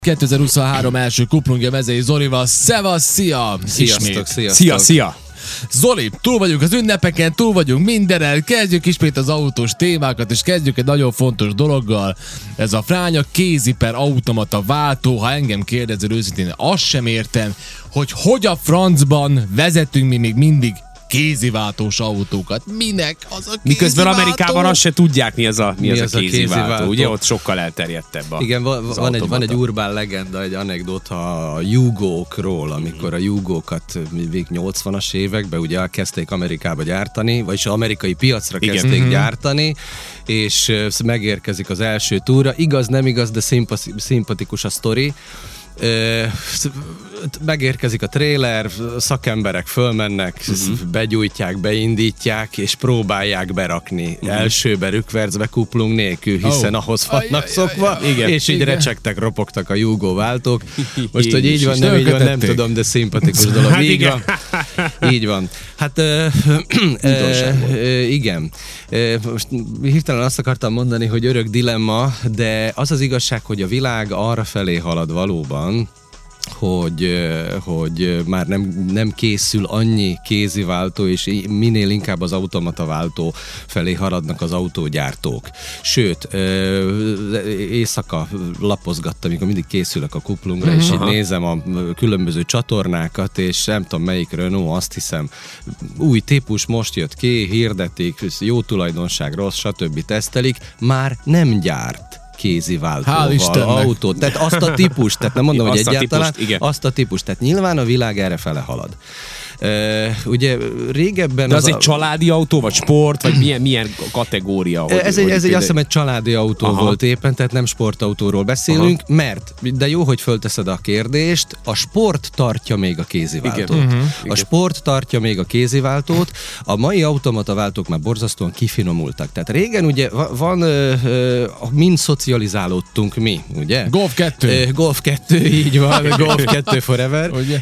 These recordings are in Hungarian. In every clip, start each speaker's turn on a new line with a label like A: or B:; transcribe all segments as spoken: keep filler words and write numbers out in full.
A: kétezer-huszonhárom első kuplungja Mezei Zolival. Szevasz, szia!
B: Sziasztok, sziasztok!
C: Szia, szia!
A: Zoli, túl vagyunk az ünnepeken, túl vagyunk mindenen, kezdjük ismét az autós témákat, és kezdjük egy nagyon fontos dologgal. Ez a fránya kézi per automata váltó. Ha engem kérdezel őszintén, azt sem értem, hogy hogy a francban vezetünk mi még mindig kéziváltós autókat. Minek az a kéziváltó?
C: Miközben Amerikában azt se tudják, mi az a, mi
B: mi
C: az
B: az
C: a kéziváltó.
B: kéziváltó.
C: Ugye ott sokkal elterjedtebb a
B: Igen, van, van, egy, van egy urbán legenda, egy anekdota a Yugókról, amikor a Yugókat még nyolcvanas években ugye elkezdték Amerikába gyártani, vagyis az amerikai piacra
C: Igen.
B: kezdték
C: Mm-hmm.
B: gyártani, és megérkezik az első túra. Igaz, nem igaz, de szimpati- szimpatikus a sztori. Megérkezik a trailer, szakemberek fölmennek, uh-huh. begyújtják, beindítják, és próbálják berakni. Uh-huh. Elsőbe rükvercbe kuplung nélkül, hiszen oh. ahhoz vannak szokva,
C: igen,
B: és így
C: igen.
B: recsegtek, ropogtak a Yugó váltók. Most, hogy így van,
A: is
B: nem így van, nem
A: tették.
B: tudom, de szimpatikus dolog.
C: Hát
B: így
C: igen.
B: van. Így van. Hát ö, ö, ö, igen. Ö, most hirtelen azt akartam mondani, hogy örök dilemma, de az az igazság, hogy a világ arra felé halad valóban, hogy, hogy már nem, nem készül annyi kéziváltó, és minél inkább az automata váltó felé haladnak az autógyártók. Sőt, éjszaka lapozgattam, amikor mindig készülök a kuplungra, uh-huh. és így nézem a különböző csatornákat, és nem tudom melyik Renault, azt hiszem, új típus most jött ki, hirdetik, jó tulajdonság, rossz, stb. Tesztelik, már nem gyárt kéziváltóval autót. Tehát azt a típust, tehát nem mondom,
C: azt
B: hogy egyáltalán,
C: típust,
B: azt a típust. Tehát nyilván a világ erre fele halad. Uh, ugye régebben...
C: De az, az egy
B: a...
C: családi autó, vagy sport, vagy milyen, milyen kategória? Hogy,
B: ez egy,
C: hogy
B: ez egy
C: például...
B: azt hiszem egy családi autó Aha. volt éppen, tehát nem sportautóról beszélünk, Aha. mert, de jó, hogy fölteszed a kérdést, a sport tartja még a kéziváltót.
C: Igen. Uh-huh.
B: A sport tartja még a kéziváltót, a mai automata váltók már borzasztóan kifinomultak. Tehát régen ugye van, uh, mind szocializálódtunk mi, ugye?
A: Golf kettő.
B: Uh, Golf kettő, így van, Golf kettő forever. Uh,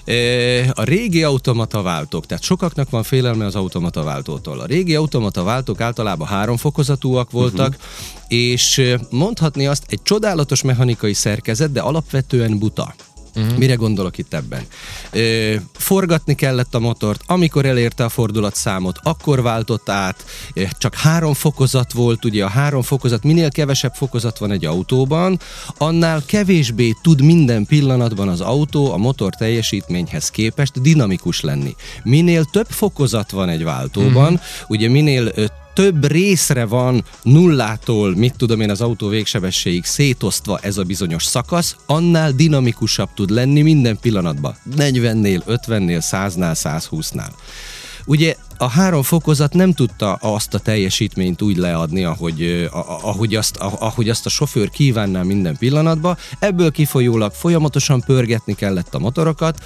B: a régi automata váltók, tehát sokaknak van félelme az automata váltótól. A régi automata váltók általában három fokozatúak voltak, uh-huh. és mondhatni azt, egy csodálatos mechanikai szerkezet, de alapvetően buta. Uh-huh. Mire gondolok itt ebben? Ö, forgatni kellett a motort, amikor elérte a fordulatszámot, akkor váltott át, csak három fokozat volt, ugye a három fokozat, minél kevesebb fokozat van egy autóban, annál kevésbé tud minden pillanatban az autó a motor teljesítményhez képest dinamikus lenni. Minél több fokozat van egy váltóban, uh-huh. ugye minél ö, több részre van nullától, mit tudom én, az autó végsebességig szétosztva ez a bizonyos szakasz, annál dinamikusabb tud lenni minden pillanatban. negyvennél, ötvennél, száznál, százhúsznál. Ugye a három fokozat nem tudta azt a teljesítményt úgy leadni, ahogy, ahogy, azt, ahogy azt a sofőr kívánná minden pillanatban. Ebből kifolyólag folyamatosan pörgetni kellett a motorokat.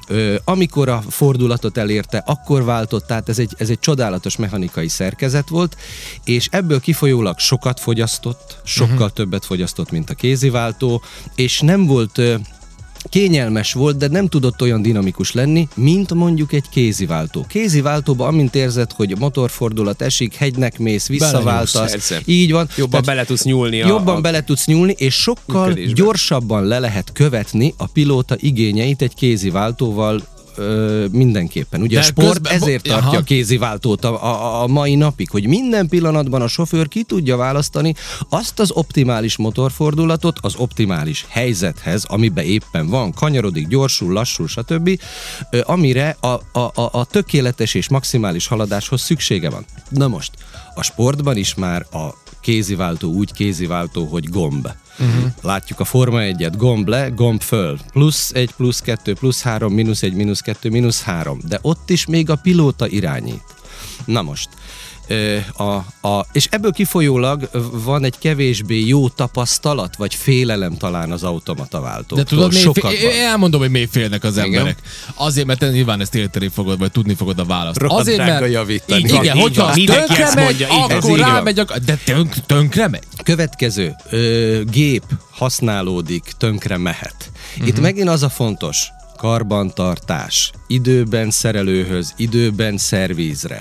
B: Amikor a fordulatot elérte, akkor váltott, tehát ez egy, ez egy csodálatos mechanikai szerkezet volt, és ebből kifolyólag sokat fogyasztott, sokkal uh-huh. többet fogyasztott, mint a kéziváltó, és nem volt... kényelmes volt, de nem tudott olyan dinamikus lenni, mint mondjuk egy kéziváltó. Kéziváltóban, amint érzed, hogy a motorfordulat esik, hegynek mész, visszaváltasz. Így van.
C: Jobban Tehát bele tudsz nyúlni. A,
B: jobban
C: a...
B: bele tudsz nyúlni, és sokkal gyorsabban le lehet követni a pilóta igényeit egy kéziváltóval. Ö, mindenképpen. Ugye de a sport közben, ezért tartja aha. a kéziváltót a, a, a mai napig, hogy minden pillanatban a sofőr ki tudja választani azt az optimális motorfordulatot az optimális helyzethez, amiben éppen van, kanyarodik, gyorsul, lassul, stb., ö, amire a, a, a, a tökéletes és maximális haladáshoz szüksége van. Na most, a sportban is már a kéziváltó úgy kéziváltó, hogy gomb. Uh-huh. Látjuk a Forma egyet, gomb le, gomb föl. Plusz egy, plusz kettő, plusz három, mínusz egy, mínusz kettő, mínusz három. De ott is még a pilóta irányít. Na most, a, a, és ebből kifolyólag van egy kevésbé jó tapasztalat, vagy félelem talán az automata váltóktól.
A: De tudod,
B: Sokat
A: fél, elmondom, hogy miért félnek az igen. emberek. Azért, mert te nyilván ezt érteni fogod, vagy tudni fogod a választ.
B: Rohadt
A: azért,
B: mert javítani.
A: Igen, igen hogyha tönkre megy, mondja, akkor rámegy, de tönk, tönkre megy.
B: Következő, ö, gép használódik, tönkre mehet. Uh-huh. Itt megint az a fontos, karbantartás, időben szerelőhöz, időben szervízre.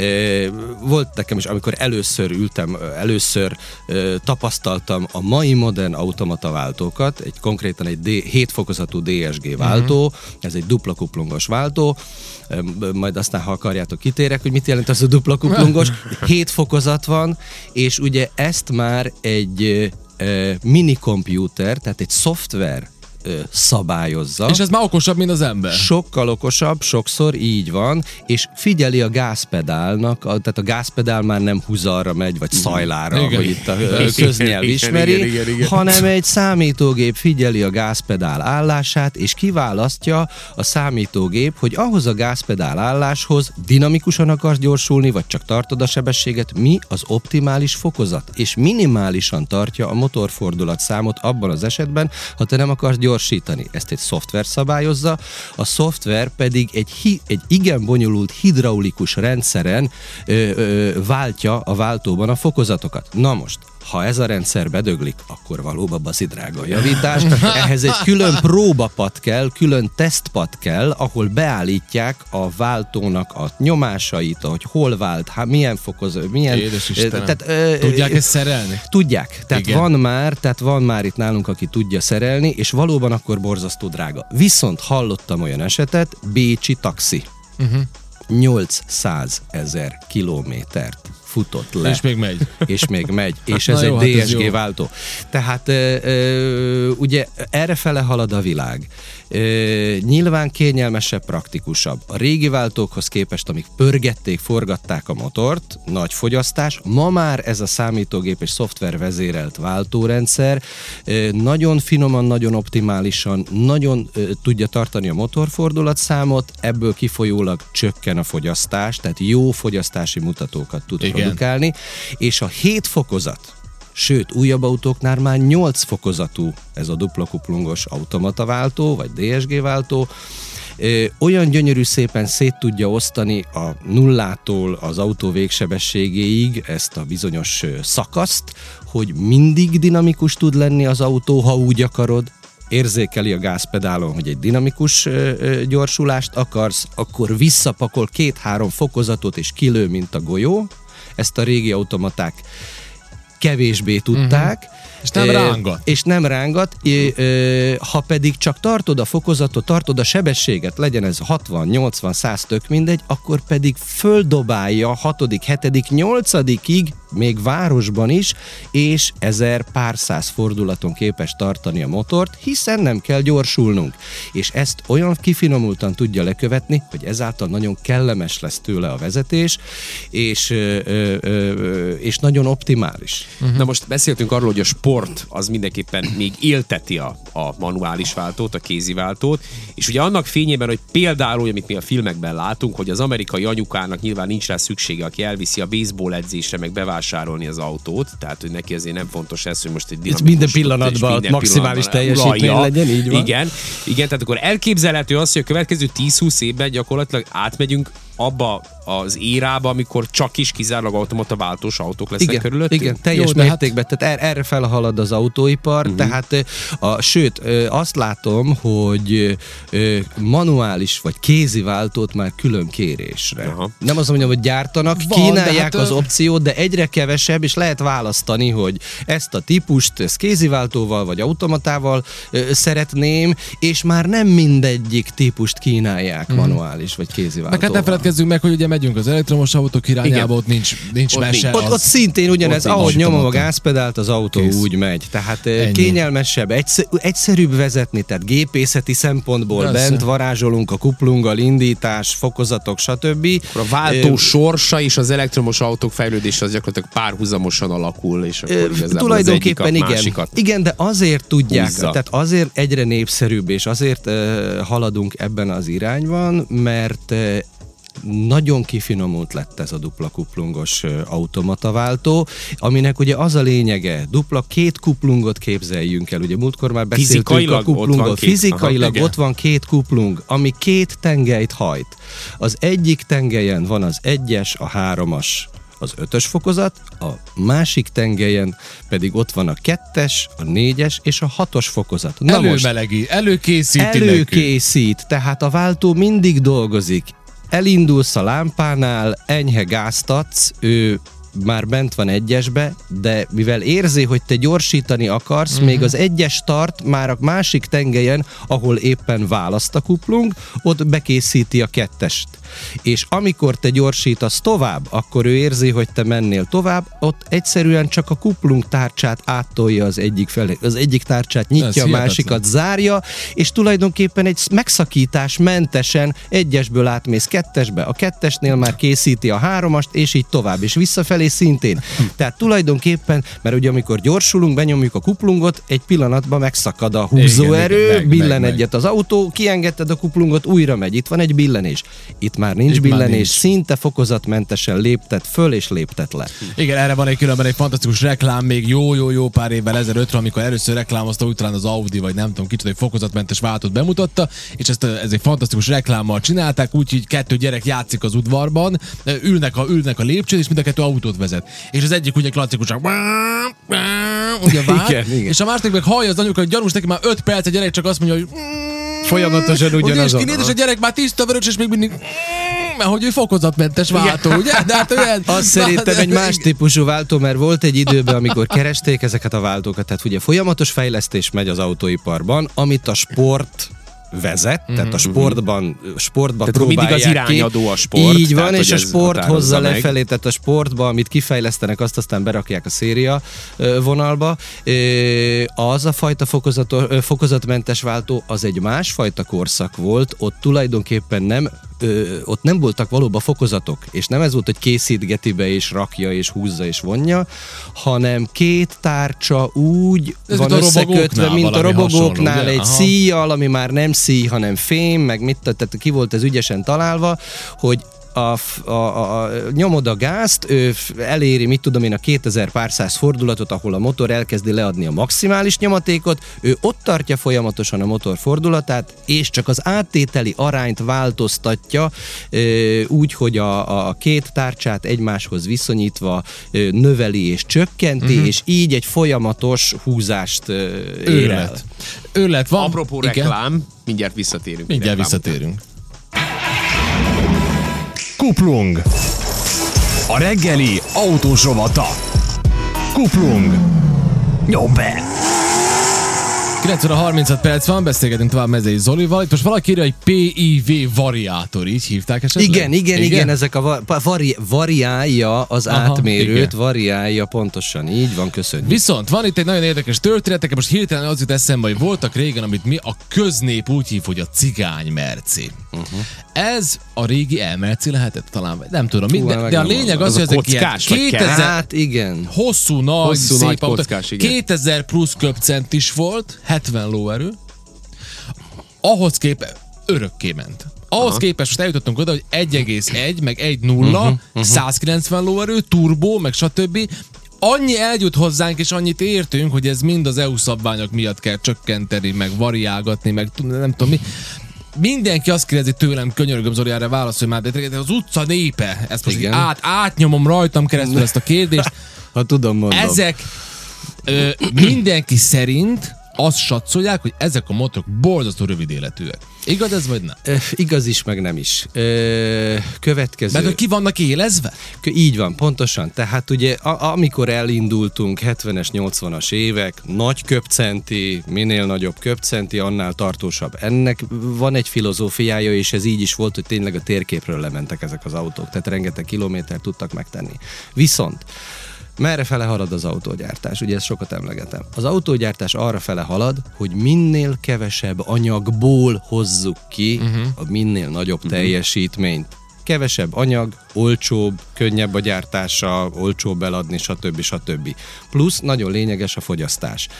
B: Volt nekem is, amikor először ültem, először tapasztaltam a mai modern automataváltókat, egy konkrétan egy D, hét fokozatú dé es gé váltó, uh-huh. ez egy dupla kuplungos váltó, majd aztán, ha akarjátok, kitérek, hogy mit jelent az a dupla kuplungos. Hét fokozat van, és ugye ezt már egy mini komputer, tehát egy szoftver szabályozza.
A: És ez már okosabb, mint az ember.
B: Sokkal okosabb, sokszor így van, és figyeli a gázpedálnak, tehát a gázpedál már nem húzarra megy, vagy szajlára,
A: igen.
B: hogy itt a köznyelv ismeri,
A: igen, igen, igen.
B: hanem egy számítógép figyeli a gázpedál állását, és kiválasztja a számítógép, hogy ahhoz a gázpedál álláshoz dinamikusan akarsz gyorsulni, vagy csak tartod a sebességet, mi az optimális fokozat, és minimálisan tartja a motorfordulatszámot abban az esetben, ha te nem akarsz gyorsítani. Ezt egy szoftver szabályozza, a szoftver pedig egy, hi, egy igen bonyolult hidraulikus rendszeren ö, ö, váltja a váltóban a fokozatokat. Na most, ha ez a rendszer bedöglik, akkor valóban baszidrága a javítás. Ehhez egy külön próbapad kell, külön tesztpad kell, ahol beállítják a váltónak a nyomásait, hogy hol vált, há, milyen fokozat, milyen...
A: Édes Istenem. Tehát, ö, tudják ezt szerelni?
B: Tudják. Tehát igen. van már, tehát van már itt nálunk, aki tudja szerelni, és valóban akkor borzasztó drága. Viszont hallottam olyan esetet, bécsi taxi. Uh-huh. nyolcszázezer kilométert futott le.
A: És még megy.
B: És még megy. És ez jó, egy dé es gé hát váltó. Tehát ö, ö, ugye errefele halad a világ. Ö, nyilván kényelmesebb, praktikusabb. A régi váltókhoz képest, amik pörgették, forgatták a motort, nagy fogyasztás, ma már ez a számítógép és szoftver vezérelt váltórendszer ö, nagyon finoman, nagyon optimálisan, nagyon ö, tudja tartani a motorfordulatszámot, ebből kifolyólag csökken a fogyasztás, tehát jó fogyasztási mutatókat tud Igen. produkálni, és a hét fokozat, sőt, újabb autóknál már nyolc fokozatú ez a dupla kuplungos automataváltó, vagy dé es gé váltó, Ö, olyan gyönyörű szépen szét tudja osztani a nullától az autó végsebességéig ezt a bizonyos szakaszt, hogy mindig dinamikus tud lenni az autó, ha úgy akarod, érzékeli a gázpedálon, hogy egy dinamikus ö, ö, gyorsulást akarsz, akkor visszapakol két-három fokozatot és kilő, mint a golyó. Ezt a régi automaták kevésbé tudták. Uh-huh.
A: És nem rángat.
B: És nem rángat. Ha pedig csak tartod a fokozatot, tartod a sebességet, legyen ez hatvan, nyolcvan, száz, tök mindegy, akkor pedig földobálja hatodik, hetedik, nyolcadikig, még városban is, és ezer pár száz fordulaton képes tartani a motort, hiszen nem kell gyorsulnunk. És ezt olyan kifinomultan tudja lekövetni, hogy ezáltal nagyon kellemes lesz tőle a vezetés, és, ö, ö, ö, és nagyon optimális.
C: Uh-huh. Na most beszéltünk arról, hogy a sport az mindenképpen még élteti a, a manuális váltót, a kézi váltót, és ugye annak fényében, hogy például, amit mi a filmekben látunk, hogy az amerikai anyukának nyilván nincs rá szüksége, aki elviszi a baseball edzésre, meg bevásárolni az autót, tehát hogy neki azért nem fontos ez, hogy most egy dinamikus...
B: Minden pillanatban minden maximális teljesítmény legyen, így van.
C: Igen, igen, tehát akkor elképzelhető az, hogy a következő tíz-húsz évben gyakorlatilag átmegyünk abba az érába, amikor csak is kizárólag automata váltós autók lesznek
B: igen,
C: körülöttünk?
B: Igen, teljes Jó, mértékben, hát... tehát erre felhalad az autóipar, uh-huh. tehát a, sőt, azt látom, hogy manuális vagy kézi váltót már külön kérésre. Uh-huh. Nem azt mondjam, hogy gyártanak, Van, kínálják hát, az opciót, de egyre kevesebb, és lehet választani, hogy ezt a típust ezt kéziváltóval vagy automatával szeretném, és már nem mindegyik típust kínálják uh-huh. manuális vagy kéziváltóval. Kezdjünk meg,
A: hogy ugye megyünk az elektromos autók irányába, ott nincs, nincs
B: ott
A: mese.
B: Ott, ott szintén ugyanez, ott ahogy nyomom a gázpedált, az autó Kész. úgy megy. Tehát Ennyi. kényelmesebb, egyszer, egyszerűbb vezetni, tehát gépészeti szempontból Persze. bent varázsolunk a kuplunggal, indítás, fokozatok, stb.
C: Akkor a váltó sorsa és az elektromos autók fejlődése az gyakorlatilag párhuzamosan alakul, és akkor igazából
B: tulajdonképpen
C: az
B: igen.
C: másikat
B: Igen, de azért tudják,
C: húzza.
B: tehát azért egyre népszerűbb, és azért uh, haladunk ebben az irányban, mert uh, nagyon kifinomult lett ez a dupla kuplungos automataváltó, aminek ugye az a lényege, dupla két kuplungot képzeljünk el, ugye múltkor már beszéltünk a kuplungról, fizikailag aha, ott van két kuplung, ami két tengelyt hajt. Az egyik tengelyen van az egyes, a háromas, az ötös fokozat, a másik tengelyen pedig ott van a kettes, a négyes és a hatos fokozat. Na
A: Előmelegi, most, előkészíti
B: Előkészít, nekünk. Tehát a váltó mindig dolgozik. Elindulsz a lámpánál, enyhe gáztatsz, ő már bent van egyesbe, de mivel érzi, hogy te gyorsítani akarsz, uh-huh. még az egyes tart, már a másik tengelyen, ahol éppen választ a kuplung, ott bekészíti a kettest. És amikor te gyorsítasz tovább, akkor ő érzi, hogy te mennél tovább, ott egyszerűen csak a kuplung tárcsát áttolja az egyik felé. Az egyik tárcsát nyitja, a másikat zárja, és tulajdonképpen egy megszakítás mentesen egyesből átmész kettesbe, a kettesnél már készíti a háromast, és így tovább, és visszafelé szintén. Tehát tulajdonképpen, mert ugye amikor gyorsulunk, benyomjuk a kuplungot, egy pillanatban megszakad a húzóerő, igen, billen meg, egyet meg. Az autó, kiengedted a kuplungot, újra megy, itt van egy billenés. Itt már nincs itt billenés, már nincs. Szinte fokozatmentesen léptet föl és léptet le. Igen,
A: erre van egy különben egy fantasztikus reklám még jó-jó-jó pár évvel ezelőttre, amikor először reklámozta, úgy talán az Audi, vagy nem tudom, kicsit egy fokozatmentes váltót bemutatta, és ezt ez egy fantasztikus reklámmal csinálták, úgyhogy kettő gyerek játszik az udvarban, ülnek a, ülnek a lépcsőn, és mind a kettő autót vezet. És az egyik ugye klasszikusan ugye vár, igen, igen. És a másik meg hallja az anyuka, hogy gyanús neki már öt perc, a gyerek csak azt mondja, hogy
B: folyamatosan ugyanazon.
A: És a gyerek már tiszta vörös, és még mindig mert hogy ő fokozatmentes váltó, ugye? De hát olyan...
B: Azt szerintem egy más típusú váltó, mert volt egy időben, amikor keresték ezeket a váltókat, tehát ugye folyamatos fejlesztés megy az autóiparban, amit a sport vezet, mm-hmm. tehát a sportban, sportban tehát próbálják
C: mindig az irányadó a sport.
B: Így van, és a sport hozza meg lefelé, tehát a sportba, amit kifejlesztenek, azt aztán berakják a széria vonalba. Az a fajta fokozatmentes váltó, az egy másfajta korszak volt, ott tulajdonképpen nem Ö, ott nem voltak valóban fokozatok, és nem ez volt, hogy készítgeti be, és rakja, és húzza, és vonja, hanem két tárcsa úgy ez van összekötve, mint a robogóknál, hasonló, egy szíjjal, ami már nem szíj, hanem fém, meg mit, tehát ki volt ez ügyesen találva, hogy A, a, a, nyomod a gázt, ő eléri, mit tudom én, a kétezer pár száz fordulatot, ahol a motor elkezdi leadni a maximális nyomatékot, ő ott tartja folyamatosan a motor fordulatát, és csak az áttételi arányt változtatja úgy, hogy a, a két tárcsát egymáshoz viszonyítva növeli és csökkenti, uh-huh. és így egy folyamatos húzást ér el.
A: Őrlet van.
C: Apropó reklám, mindjárt visszatérünk.
A: Mindjárt visszatérünk.
D: Kuplung. A reggeli autós rovata. Kuplung. Nyom be!
A: kilenc óra harminchat perc van, beszélgetünk tovább Mezei Zolival. Itt most valaki írja, hogy pé i vé variátor, így hívták esetleg?
B: Igen, igen, igen, igen ezek a vari, variálja az Aha, átmérőt, igen. variálja pontosan, így van, köszönjük.
A: Viszont van itt egy nagyon érdekes történet, most hirtelen az jut eszembe, hogy voltak régen, amit mi a köznép úgy hív, hogy a cigány merci. Uh-huh. Ez a régi elmerci lehetett talán, nem tudom, Hú, de, de a lényeg az, az, hogy ezek ilyen kétezer
B: hát, igen.
A: hosszú, nagy,
C: hosszú,
A: szép
C: nagy kockás,
A: autó, kétezer plusz köbcent is volt, hetven lóerő, ahhoz képest örökké ment. Ahhoz Aha. képest most eljutottunk oda, hogy egy egész egy, meg egy nulla, uh-huh, uh-huh. százkilencven lóerő, turbó, meg stb. Annyi eljut hozzánk, és annyit értünk, hogy ez mind az é u szabványok miatt kell csökkenteni, meg variálgatni, meg nem tudom mi. Mindenki azt kérdezi tőlem, könyörgöm Zoli, erre válaszolj már, de az utca népe, ezt most át, átnyomom rajtam keresztül ezt a kérdést.
B: Ha tudom, mondom.
A: Ezek ö, mindenki szerint azt satszolják, hogy ezek a motorok borzasztó rövid életűek. Igaz ez, vagy nem?
B: Ö, igaz is, meg nem is. Ö, következő...
A: Mert hogy ki vannak élezve?
B: Így van, pontosan. Tehát ugye, a, amikor elindultunk, hetvenes, nyolcvanas évek, nagy köbcenti, minél nagyobb köbcenti, annál tartósabb. Ennek van egy filozófiája, és ez így is volt, hogy tényleg a térképről lementek ezek az autók. Tehát rengeteg kilométert tudtak megtenni. Viszont merre fele halad az autógyártás? Ugye ezt sokat emlegetem. Az autógyártás arra fele halad, hogy minél kevesebb anyagból hozzuk ki uh-huh. a minél nagyobb uh-huh. teljesítményt. Kevesebb anyag, olcsóbb, könnyebb a gyártása, olcsóbb eladni, stb. stb. Plusz nagyon lényeges a fogyasztás.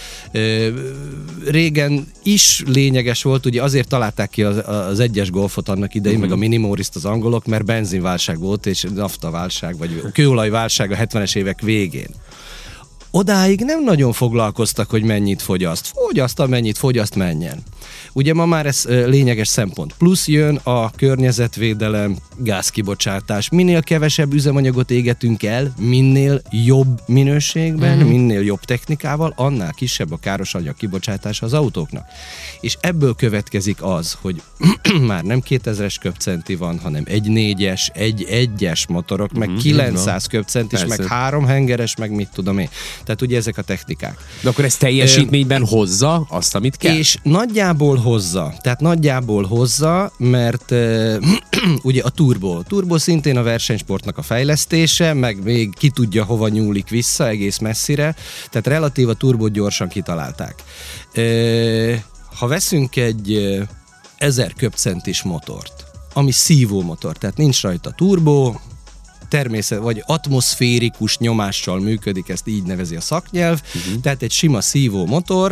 B: Régen is lényeges volt, ugye azért találták ki az, az egyes Golfot annak idején, uh-huh. meg a Minimoriszt az angolok, mert benzinválság volt, és naftaválság, vagy kőolajválság a hetvenes évek végén. odáig nem nagyon foglalkoztak, hogy mennyit fogyaszt. Fogyaszt, amennyit fogyaszt, menjen. Ugye ma már ez lényeges szempont. Plusz jön a környezetvédelem, gázkibocsátás. Minél kevesebb üzemanyagot égetünk el, minél jobb minőségben, mm-hmm. minél jobb technikával, annál kisebb a káros anyag kibocsátása az autóknak. És ebből következik az, hogy már nem kétezres köbcenti van, hanem egy négyes, egy egyes motorok, meg mm-hmm. kilencszáz köbcentis, meg három hengeres, meg mit tudom én. Tehát ugye ezek a technikák.
C: De akkor ez teljesítményben hozza azt, amit kell?
B: És nagyjából hozza. Tehát nagyjából hozza, mert uh, ugye a turbo. Turbo szintén a versenysportnak a fejlesztése, meg még ki tudja, hova nyúlik vissza, egész messzire. Tehát relatív a turbót gyorsan kitalálták. Uh, ha veszünk egy uh, ezer köbcentis motort, ami szívó motor, tehát nincs rajta turbo, természet, vagy atmoszférikus nyomással működik, ezt így nevezi a szaknyelv, uh-huh. tehát egy sima szívó motor,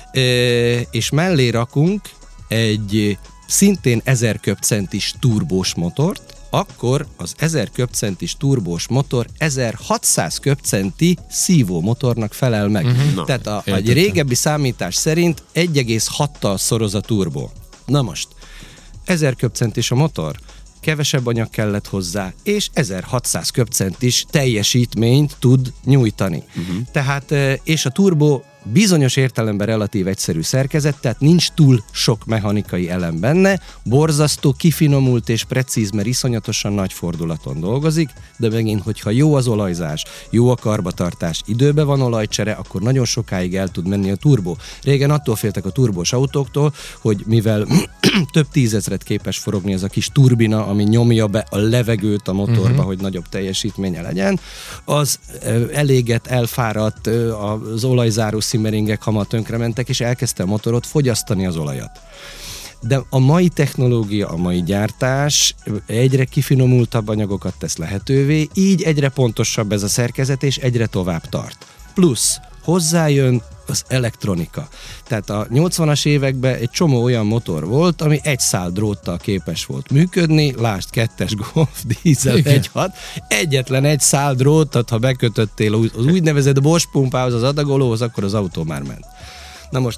B: és mellé rakunk egy szintén ezer köbcentis turbós motort, akkor az ezer köbcentis turbós motor ezerhatszáz köbcenti szívó motornak felel meg. Uh-huh. Na, tehát a, egy régebbi számítás szerint egy egész hattal szoroz a turbó. Na most, ezer köbcentis a motor, kevesebb anyag kellett hozzá, és ezerhatszáz köbcentis teljesítményt tud nyújtani. Uh-huh. Tehát, és a turbó bizonyos értelemben relatív egyszerű szerkezet, tehát nincs túl sok mechanikai elem benne, borzasztó, kifinomult és precíz, mert iszonyatosan nagy fordulaton dolgozik, de megint, hogyha jó az olajzás, jó a karbantartás, időben van olajcsere, akkor nagyon sokáig el tud menni a turbó. Régen attól féltek a turbós autóktól, hogy mivel több tízezret képes forogni ez a kis turbina, ami nyomja be a levegőt a motorba, uh-huh. hogy nagyobb teljesítménye legyen, az eléget, elfáradt, az olajzáró szimmeringek hamar tönkrementek, és elkezdte a motorot fogyasztani az olajat. De a mai technológia, a mai gyártás egyre kifinomultabb anyagokat tesz lehetővé, így egyre pontosabb ez a szerkezet, és egyre tovább tart. Plusz hozzájön az elektronika. Tehát a nyolcvanas években egy csomó olyan motor volt, ami egy szál dróttal képes volt működni, lásd kettes Golf, dízel egy hat, egyetlen egy szál drótot, ha bekötöttél az úgynevezett Bosch pumpához, az adagolóhoz, akkor az autó már ment. Na most...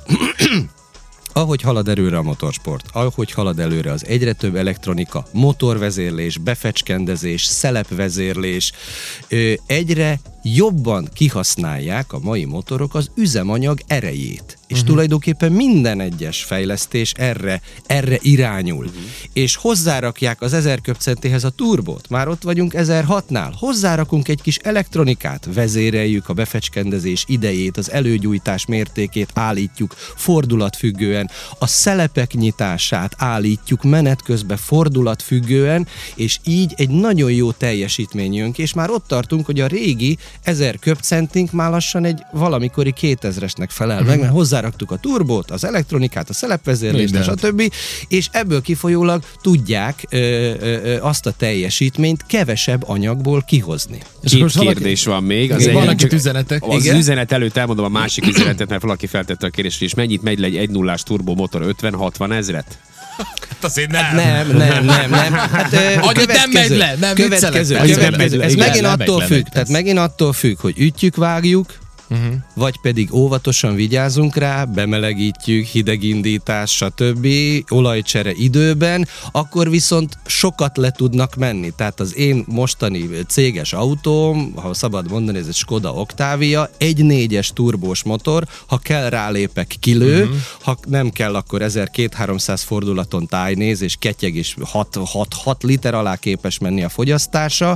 B: Ahogy halad előre a motorsport, ahogy halad előre az egyre több elektronika, motorvezérlés, befecskendezés, szelepvezérlés, egyre jobban kihasználják a mai motorok az üzemanyag erejét. És uh-huh. tulajdonképpen minden egyes fejlesztés erre, erre irányul. Uh-huh. És hozzárakják az ezer köbcentéhez a turbót. Már ott vagyunk ezerhatnál. Hozzárakunk egy kis elektronikát. Vezéreljük a befecskendezés idejét, az előgyújtás mértékét állítjuk fordulatfüggően. A szelepek nyitását állítjuk menet közben fordulatfüggően, és így egy nagyon jó teljesítmény jön ki. És már ott tartunk, hogy a régi ezer köbcentink már lassan egy valamikori kétezresnek felel meg, mert hozzáraktuk a turbót, az elektronikát, a szelepvezérlést, stb. És ebből kifolyólag tudják ö, ö, azt a teljesítményt kevesebb anyagból kihozni.
C: Két kérdés valaki... van még. Az
A: igen, vannak itt üzenetek.
C: Az igen? Üzenet előtt elmondom a másik üzenetet, mert valaki feltette a kérdést, és mennyit megy le egy egy nullás turbomotor, ötven-hatvan ezret?
A: Hát azért nem.
B: Hát nem, nem, nem, nem. Hát,
A: annyit nem megy le, nem
B: következő, következő. Ez igen, megint attól függ, tehát megint attól függ, hogy ütjük, vágjuk, Uh-huh. vagy pedig óvatosan vigyázunk rá, bemelegítjük, hidegindítás, stb., olajcsere időben, akkor viszont sokat le tudnak menni. Tehát az én mostani céges autóm, ha szabad mondani, ez egy Skoda Octavia, egy négyes turbós motor, ha kell rálépek, kilő, uh-huh. ha nem kell, akkor ezerkétszáz-háromszáz fordulaton tájnéz, és ketyeg, és hat liter alá képes menni a fogyasztása.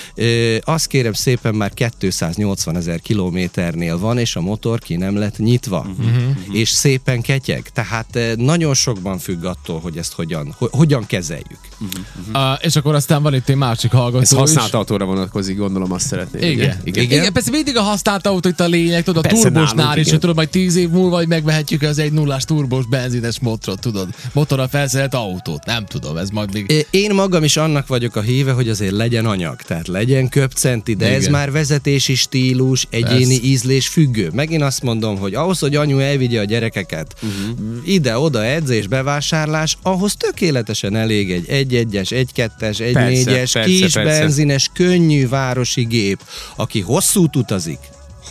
B: Ö, azt kérem szépen, már kétszáznyolcvanezer kilométernél van, és a motor ki nem lett nyitva. Uh-huh, uh-huh. És szépen ketyeg. Tehát nagyon sokban függ attól, hogy ezt hogyan, ho- hogyan kezeljük. Uh-huh,
A: uh-huh. Uh, és akkor aztán van itt egy másik hallgató.
C: Ez használt autóra vonatkozik, gondolom, azt szeretném.
A: Igen. Igen. Igen. Igen. Igen. Persze mindig a használt autó itt a lényeg, tudod, a turbósnál is, hogy tudod, majd tíz év múlva, hogy megvehetjük az egy nullás turbós benzines motorot, tudod. Motorra felszerelt autót. Nem tudom, ez majd még...
B: Én magam is annak vagyok a híve, hogy azért legyen anyag, tehát legyen köbcenti, de igen. ez már vezetési stílus, egyéni ez... ízlés függő. Megint azt mondom, hogy ahhoz, hogy anyu elvigye a gyerekeket uh-huh. ide-oda edzés, bevásárlás, ahhoz tökéletesen elég egy egy-egyes, egy-kettes, egy-négyes, kis persze. benzines, könnyű városi gép, aki hosszút utazik,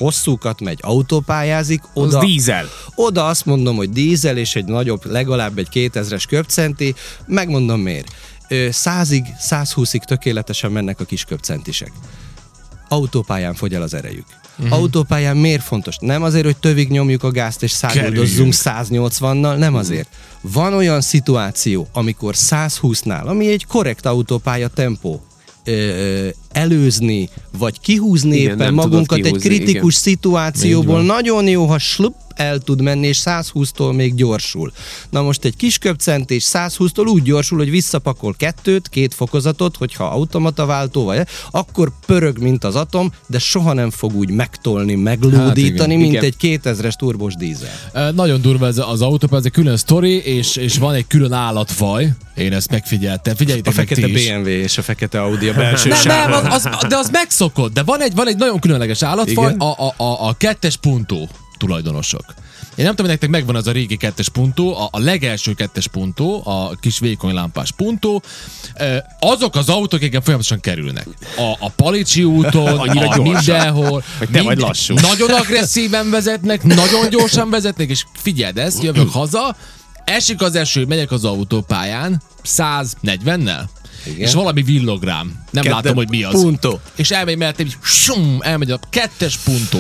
B: hosszúkat megy, autópályázik, oda,
C: az dízel.
B: Oda azt mondom, hogy dízel és egy nagyobb, legalább egy kétezres köbcenti, megmondom miért. Százig, százhúszig tökéletesen mennek a kis köbcentisek. Autópályán fogy el az erejük. Uh-huh. Autópályán miért fontos? Nem azért, hogy tövig nyomjuk a gázt és száguldozzunk száznyolcvannal, nem azért. Van olyan szituáció, amikor százhúsznál, ami egy korrekt autópálya tempó, ö, előzni, vagy kihúzni igen, éppen magunkat kihúzni, egy kritikus igen. szituációból, nagyon jó, ha slup, el tud menni, és százhúsztól még gyorsul. Na most egy kis köbcentés százhúsztól úgy gyorsul, hogy visszapakol kettőt, két fokozatot, hogyha automata váltó vagy, akkor pörög, mint az atom, de soha nem fog úgy megtolni, meglódítani, hát mint igen. egy kétezres turbos dízel.
A: E, nagyon durva ez az autó, ez egy külön sztori, és, és van egy külön állatfaj. Én ezt megfigyeltem. Figyeljétek
B: a fekete
A: meg
B: bé em vé és a fekete Audi a belső
A: nem, nem, az, az, de az megszokott. De van egy, van egy nagyon különleges állatfaj, a, a, a, a kettes puntó tulajdonosok. Én nem tudom, hogy nektek megvan az a régi kettes puntó, a, a legelső kettes puntó, a kis vékony lámpás puntó. Azok az autók, akik folyamatosan kerülnek. A, a Palicsi úton,
C: annyira
A: a mindenhol.
C: Te minden, vagy lassú.
A: Nagyon agresszíven vezetnek, nagyon gyorsan vezetnek, és figyeld ezt, jövök haza, esik az eső, megyek az autópályán, száznegyvennel. Igen. És valami villog rám. Nem Kedde látom, hogy mi az.
B: Punto.
A: És elmegy mellettem, és sum, elmegy a kettes puntó.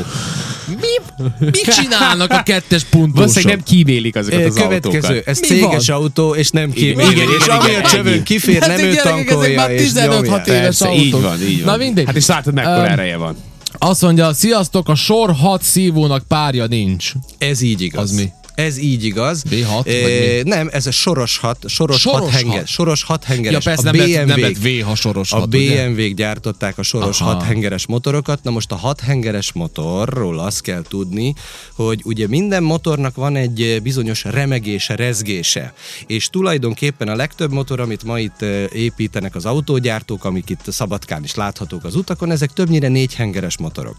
A: Mi, mit csinálnak a kettes puntósok?
C: Valószínűleg nem kímélik azokat az
B: Következő,
C: autókat.
B: ez mi céges van? Autó, és nem kímélik. Igen, és ami a csövön kifér, nem ő tankolja, és
A: tizenöt-hat éves autók.
C: Így van, így van.
A: Na mindegy.
C: Hát és látod, mekkora um, ereje van.
A: Azt mondja, sziasztok, a sor hat szívónak párja nincs.
B: Ez így igaz.
A: Az mi?
B: Ez így igaz.
A: bé hat?
B: E, nem, ez a soros hat, soros, soros hat, henger, soros hat hengeres.
A: Ja, persze,
B: a
A: nem,
B: bé em vé,
A: lett, nem lett vé, ha soros hat,
B: a bé em vé-k gyártották a soros Aha. hat hengeres motorokat. Na most a hat hengeres motorról azt kell tudni, hogy ugye minden motornak van egy bizonyos remegése, rezgése. És tulajdonképpen a legtöbb motor, amit ma itt építenek az autógyártók, amik itt Szabadkán is láthatók az utakon, ezek többnyire négy hengeres motorok.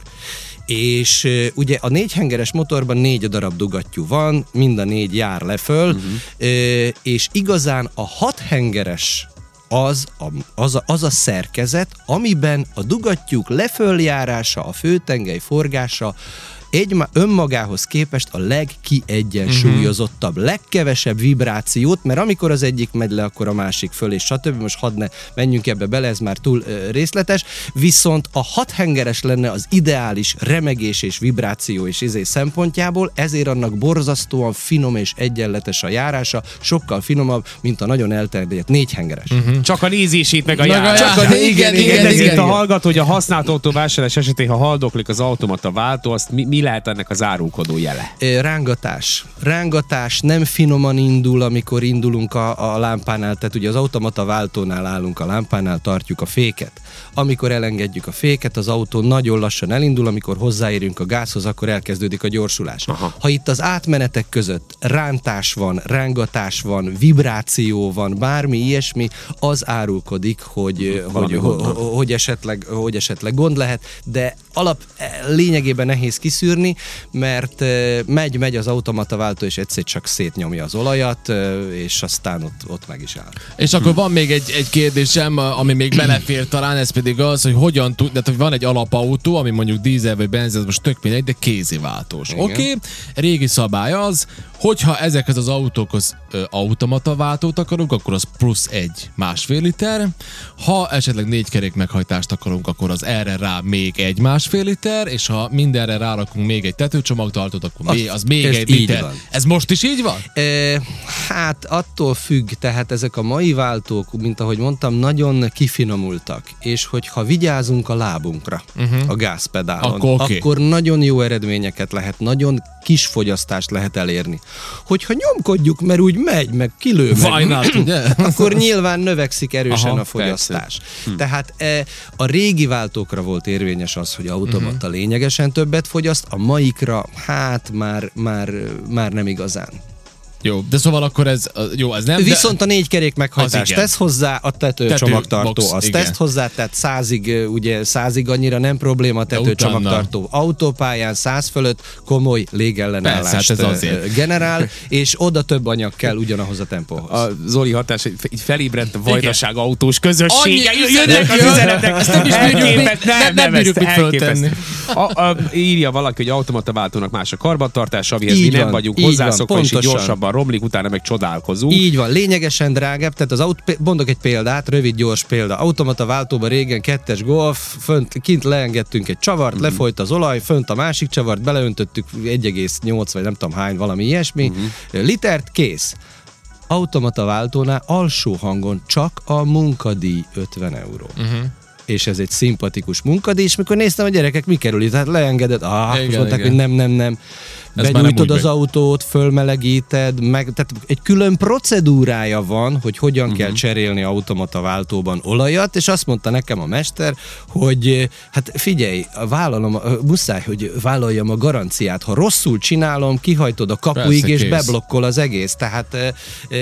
B: És uh, ugye a négyhengeres motorban négy darab dugattyú van, mind a négy jár le föl, uh-huh. uh, és igazán a hathengeres az a, az, a, az a szerkezet, amiben a dugattyúk leföljárása, a főtengely forgása egy önmagához képest a legkiegyensúlyozottabb, uh-huh. legkevesebb vibrációt, mert amikor az egyik megy le, akkor a másik föl, és stb. Most hadd ne menjünk ebbe bele, ez már túl uh, részletes, viszont a hathengeres lenne az ideális remegés és vibráció és izé szempontjából, ezért annak borzasztóan finom és egyenletes a járása, sokkal finomabb, mint a nagyon elterjedt négyhengeres.
C: Uh-huh. Csak a nézését meg a
A: járás.
C: Csak
A: a, igen, igen, igen, igen, igen.
C: A hallgató, hogy a használt autó vásárlás esetén, ha haldoklik az automata váltó, azt mi, mi lehet ennek az árulkodó jele?
B: Rángatás. Rángatás nem finoman indul, amikor indulunk a, a lámpánál, tehát ugye az automata váltónál állunk a lámpánál, tartjuk a féket. Amikor elengedjük a féket, az autó nagyon lassan elindul, amikor hozzáérünk a gázhoz, akkor elkezdődik a gyorsulás. Aha. Ha itt az átmenetek között rántás van, rángatás van, vibráció van, bármi ilyesmi, az árulkodik, hogy, hogy, hogy, hogy, esetleg, hogy esetleg gond lehet, de alap lényegében nehéz kiszűrni, mert megy, megy az automata váltó, és egyszer csak szétnyomja az olajat, és aztán ott, ott meg is áll.
A: És akkor van még egy, egy kérdésem, ami még belefér talán, ez pedig az, hogy hogyan tud, de hogy van egy alapautó, ami mondjuk dízel vagy benzin, most tök mindegy, de kéziváltós. Oké, okay. Régi szabály az, hogyha ezekhez az autókhoz ö, automata váltót akarunk, akkor az plusz egy másfél liter. Ha esetleg négy kerék meghajtást akarunk, akkor az erre rá még egy másfél liter, és ha mindenre rárakunk még egy tetőcsomagtartót, akkor az, még, az még egy liter. Van. Ez most is így van?
B: E, hát attól függ, tehát ezek a mai váltók, mint ahogy mondtam, nagyon kifinomultak, és hogyha vigyázunk a lábunkra, uh-huh. a gázpedálon, akkor, okay. akkor nagyon jó eredményeket lehet, nagyon kis fogyasztást lehet elérni. Hogyha nyomkodjuk, mert úgy megy, meg kilő,
A: Vajnát, ugye?
B: akkor nyilván növekszik erősen Aha, a fogyasztás.
A: Hm.
B: Tehát e, a régi váltókra volt érvényes az, hogy automata uh-huh. lényegesen többet fogyaszt, a maikra hát már, már, már nem igazán.
A: Jó, de szóval akkor ez, jó, ez nem...
B: Viszont a négy kerék meghajtás tesz hozzá, a tetőcsomagtartó
A: Tető,
B: az
A: igen.
B: tesz hozzá, tehát százig, ugye százig annyira nem probléma a tetőcsomagtartó. Autópályán száz fölött komoly légellenállást
A: Persze, hát ez azért.
B: generál, és oda több anyag kell ugyanahoz a tempóhoz.
C: A Zoli hatás, így felébredt a vajdaság autós közösség.
A: Annyi
C: Jönnek az üzenetek,
A: ezt nem is bírjuk, mi- nem- nem bírjuk mit föltenni.
C: A, a, írja valaki, hogy automataváltónak más a karbantartása, amihez
B: Így
C: mi nem
B: van,
C: vagyunk
B: így van,
C: hozzászokva, és így
B: pontosan.
C: gyorsabban romlik, utána meg csodálkozunk.
B: Így van, lényegesen drágább, tehát az autó, mondok egy példát, rövid, gyors példa. Automata váltóban régen kettes Golf, fönt, kint leengedtünk egy csavart, mm-hmm. lefolyt az olaj, fönt a másik csavart, beleöntöttük egy egész nyolc vagy nem tudom hány, valami ilyesmi, mm-hmm. litert, kész. Automata váltónál alsó hangon csak a munkadíj ötven euró. Uh-huh. És ez egy szimpatikus munkadíj, és mikor néztem, a gyerekek mi kerül itt, hát leengeded, ah,
A: Igen,
B: most mondták,
A: igen.
B: hogy nem, nem, nem.
A: Ez már
B: Begyújtod
A: nem úgy
B: az
A: megy.
B: autót, fölmelegíted, meg, tehát egy külön procedúrája van, hogy hogyan uh-huh. kell cserélni automata váltóban olajat, és azt mondta nekem a mester, hogy hát figyelj, vállalom, muszáj, hogy vállaljam a garanciát, ha rosszul csinálom, kihajtod a kapuig,
A: Persze,
B: és
A: kész.
B: beblokkol az egész, tehát e, e,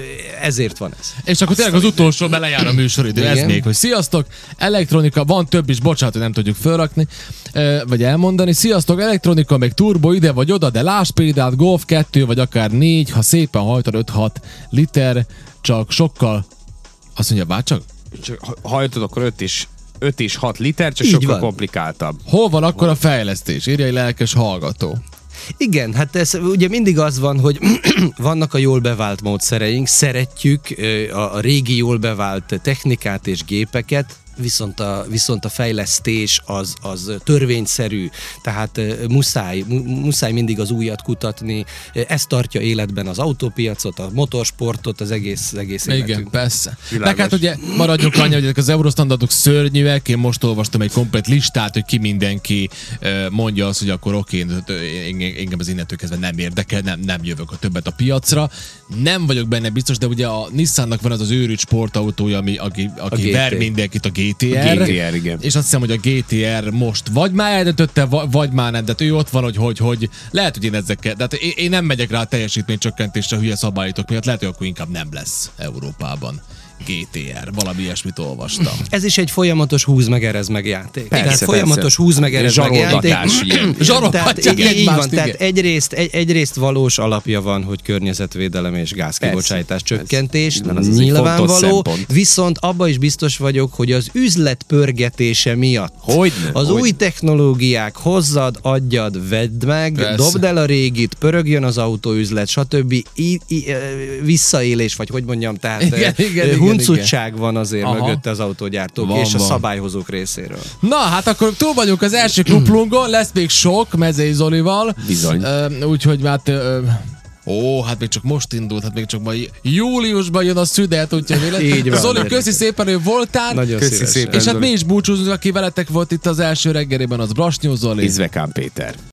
B: ezért van ez.
A: És akkor tényleg az utolsó, mert lejár a műsoridő, ez
B: Igen.
A: még, hogy sziasztok, elektronika, van több is, bocsánat, hogy nem tudjuk felrakni, ö, vagy elmondani, sziasztok, elektronika, meg turbo ide vagy oda, de láss példát, Golf kettő, vagy akár négy, ha szépen hajtod öt-hat liter, csak sokkal, azt mondja, bárcsak?
C: Csak ha hajtod, akkor öt és, öt és hat liter, csak
B: Így
C: sokkal
B: van.
C: komplikáltabb.
A: Hol van akkor a fejlesztés? Írja egy lelkes hallgató.
B: Igen, hát ez ugye mindig az van, hogy vannak a jól bevált módszereink, szeretjük ö, a, a régi jól bevált technikát és gépeket, viszont a, viszont a fejlesztés az, az törvényszerű, tehát ö, muszáj, mu, muszáj mindig az újat kutatni, ez tartja életben az autópiacot, a motorsportot, az egész, egész
A: Igen,
B: életünk.
A: persze.
C: Világos.
A: Meg hát ugye maradjunk annyi, hogy ezek az eurostandardok szörnyűek, én most olvastam egy komplet listát, hogy ki mindenki ö, mondja azt, hogy akkor oké, engem, engem az innentől kezdve nem érdekel, nem, nem jövök a többet a piacra. Nem vagyok benne biztos, de ugye a Nissannak van az az őrült sportautója, ami, aki, aki
B: gé té.
A: ver mindenkit, a gé té er.
C: gé té er, igen.
A: És azt hiszem, hogy a gé té er most vagy már eldöntötte, va- vagy már nem, de hát ő ott van, hogy, hogy, hogy lehet, hogy én ezekkel, de hát én, én nem megyek rá a teljesítménycsökkentésre hülye szabályok miatt, lehet, hogy akkor inkább nem lesz Európában gé té er, valami ilyesmit olvastam.
B: Ez is egy folyamatos húz meg erez meg játék.
C: Persze,
B: tehát folyamatos
C: persze.
B: húz meg erez meg játék.
C: Zsarolgatás, ilyen.
B: Tehát
A: Zsarolgatják
B: így, így
A: egymást,
B: van,
A: igen.
B: tehát egyrészt, egy, egyrészt valós alapja van, hogy környezetvédelem és gázkibocsátás
C: Persze,
B: csökkentés,
C: persze. Az az egy fontos
B: nyilvánvaló,
C: szempont.
B: viszont abban is biztos vagyok, hogy az üzlet pörgetése miatt
C: Hogyne,
B: az
C: hogyne.
B: új technológiák hozzad, adjad, vedd meg,
A: Persze.
B: dobd el a régit, pörögjön az autóüzlet, stb. I, i, visszaélés, vagy hogy mondjam, tehát
A: Igen,
B: eh,
A: igen, igen,
B: huncutság van azért
A: Aha.
B: mögötte az autógyártók
A: Van,
B: és a
A: van.
B: szabályhozók részéről.
A: Na, hát akkor túl vagyunk az első kuplungon, lesz még sok Mezei Zolival.
C: Bizony.
A: Ö, Úgyhogy hát... ö, Ó, hát még csak most indult, hát még csak majd júliusban jön a szünet, úgyhogy
B: Így van,
A: Zoli,
B: gyerekek.
A: köszi szépen, hogy voltál.
B: Nagyon
C: Köszi
B: szívesen.
C: szépen.
A: És hát
C: Zoli.
A: mi is búcsúzunk, aki veletek volt itt az első reggelében, az Brasnyó Zoli.
C: Izvekán Péter.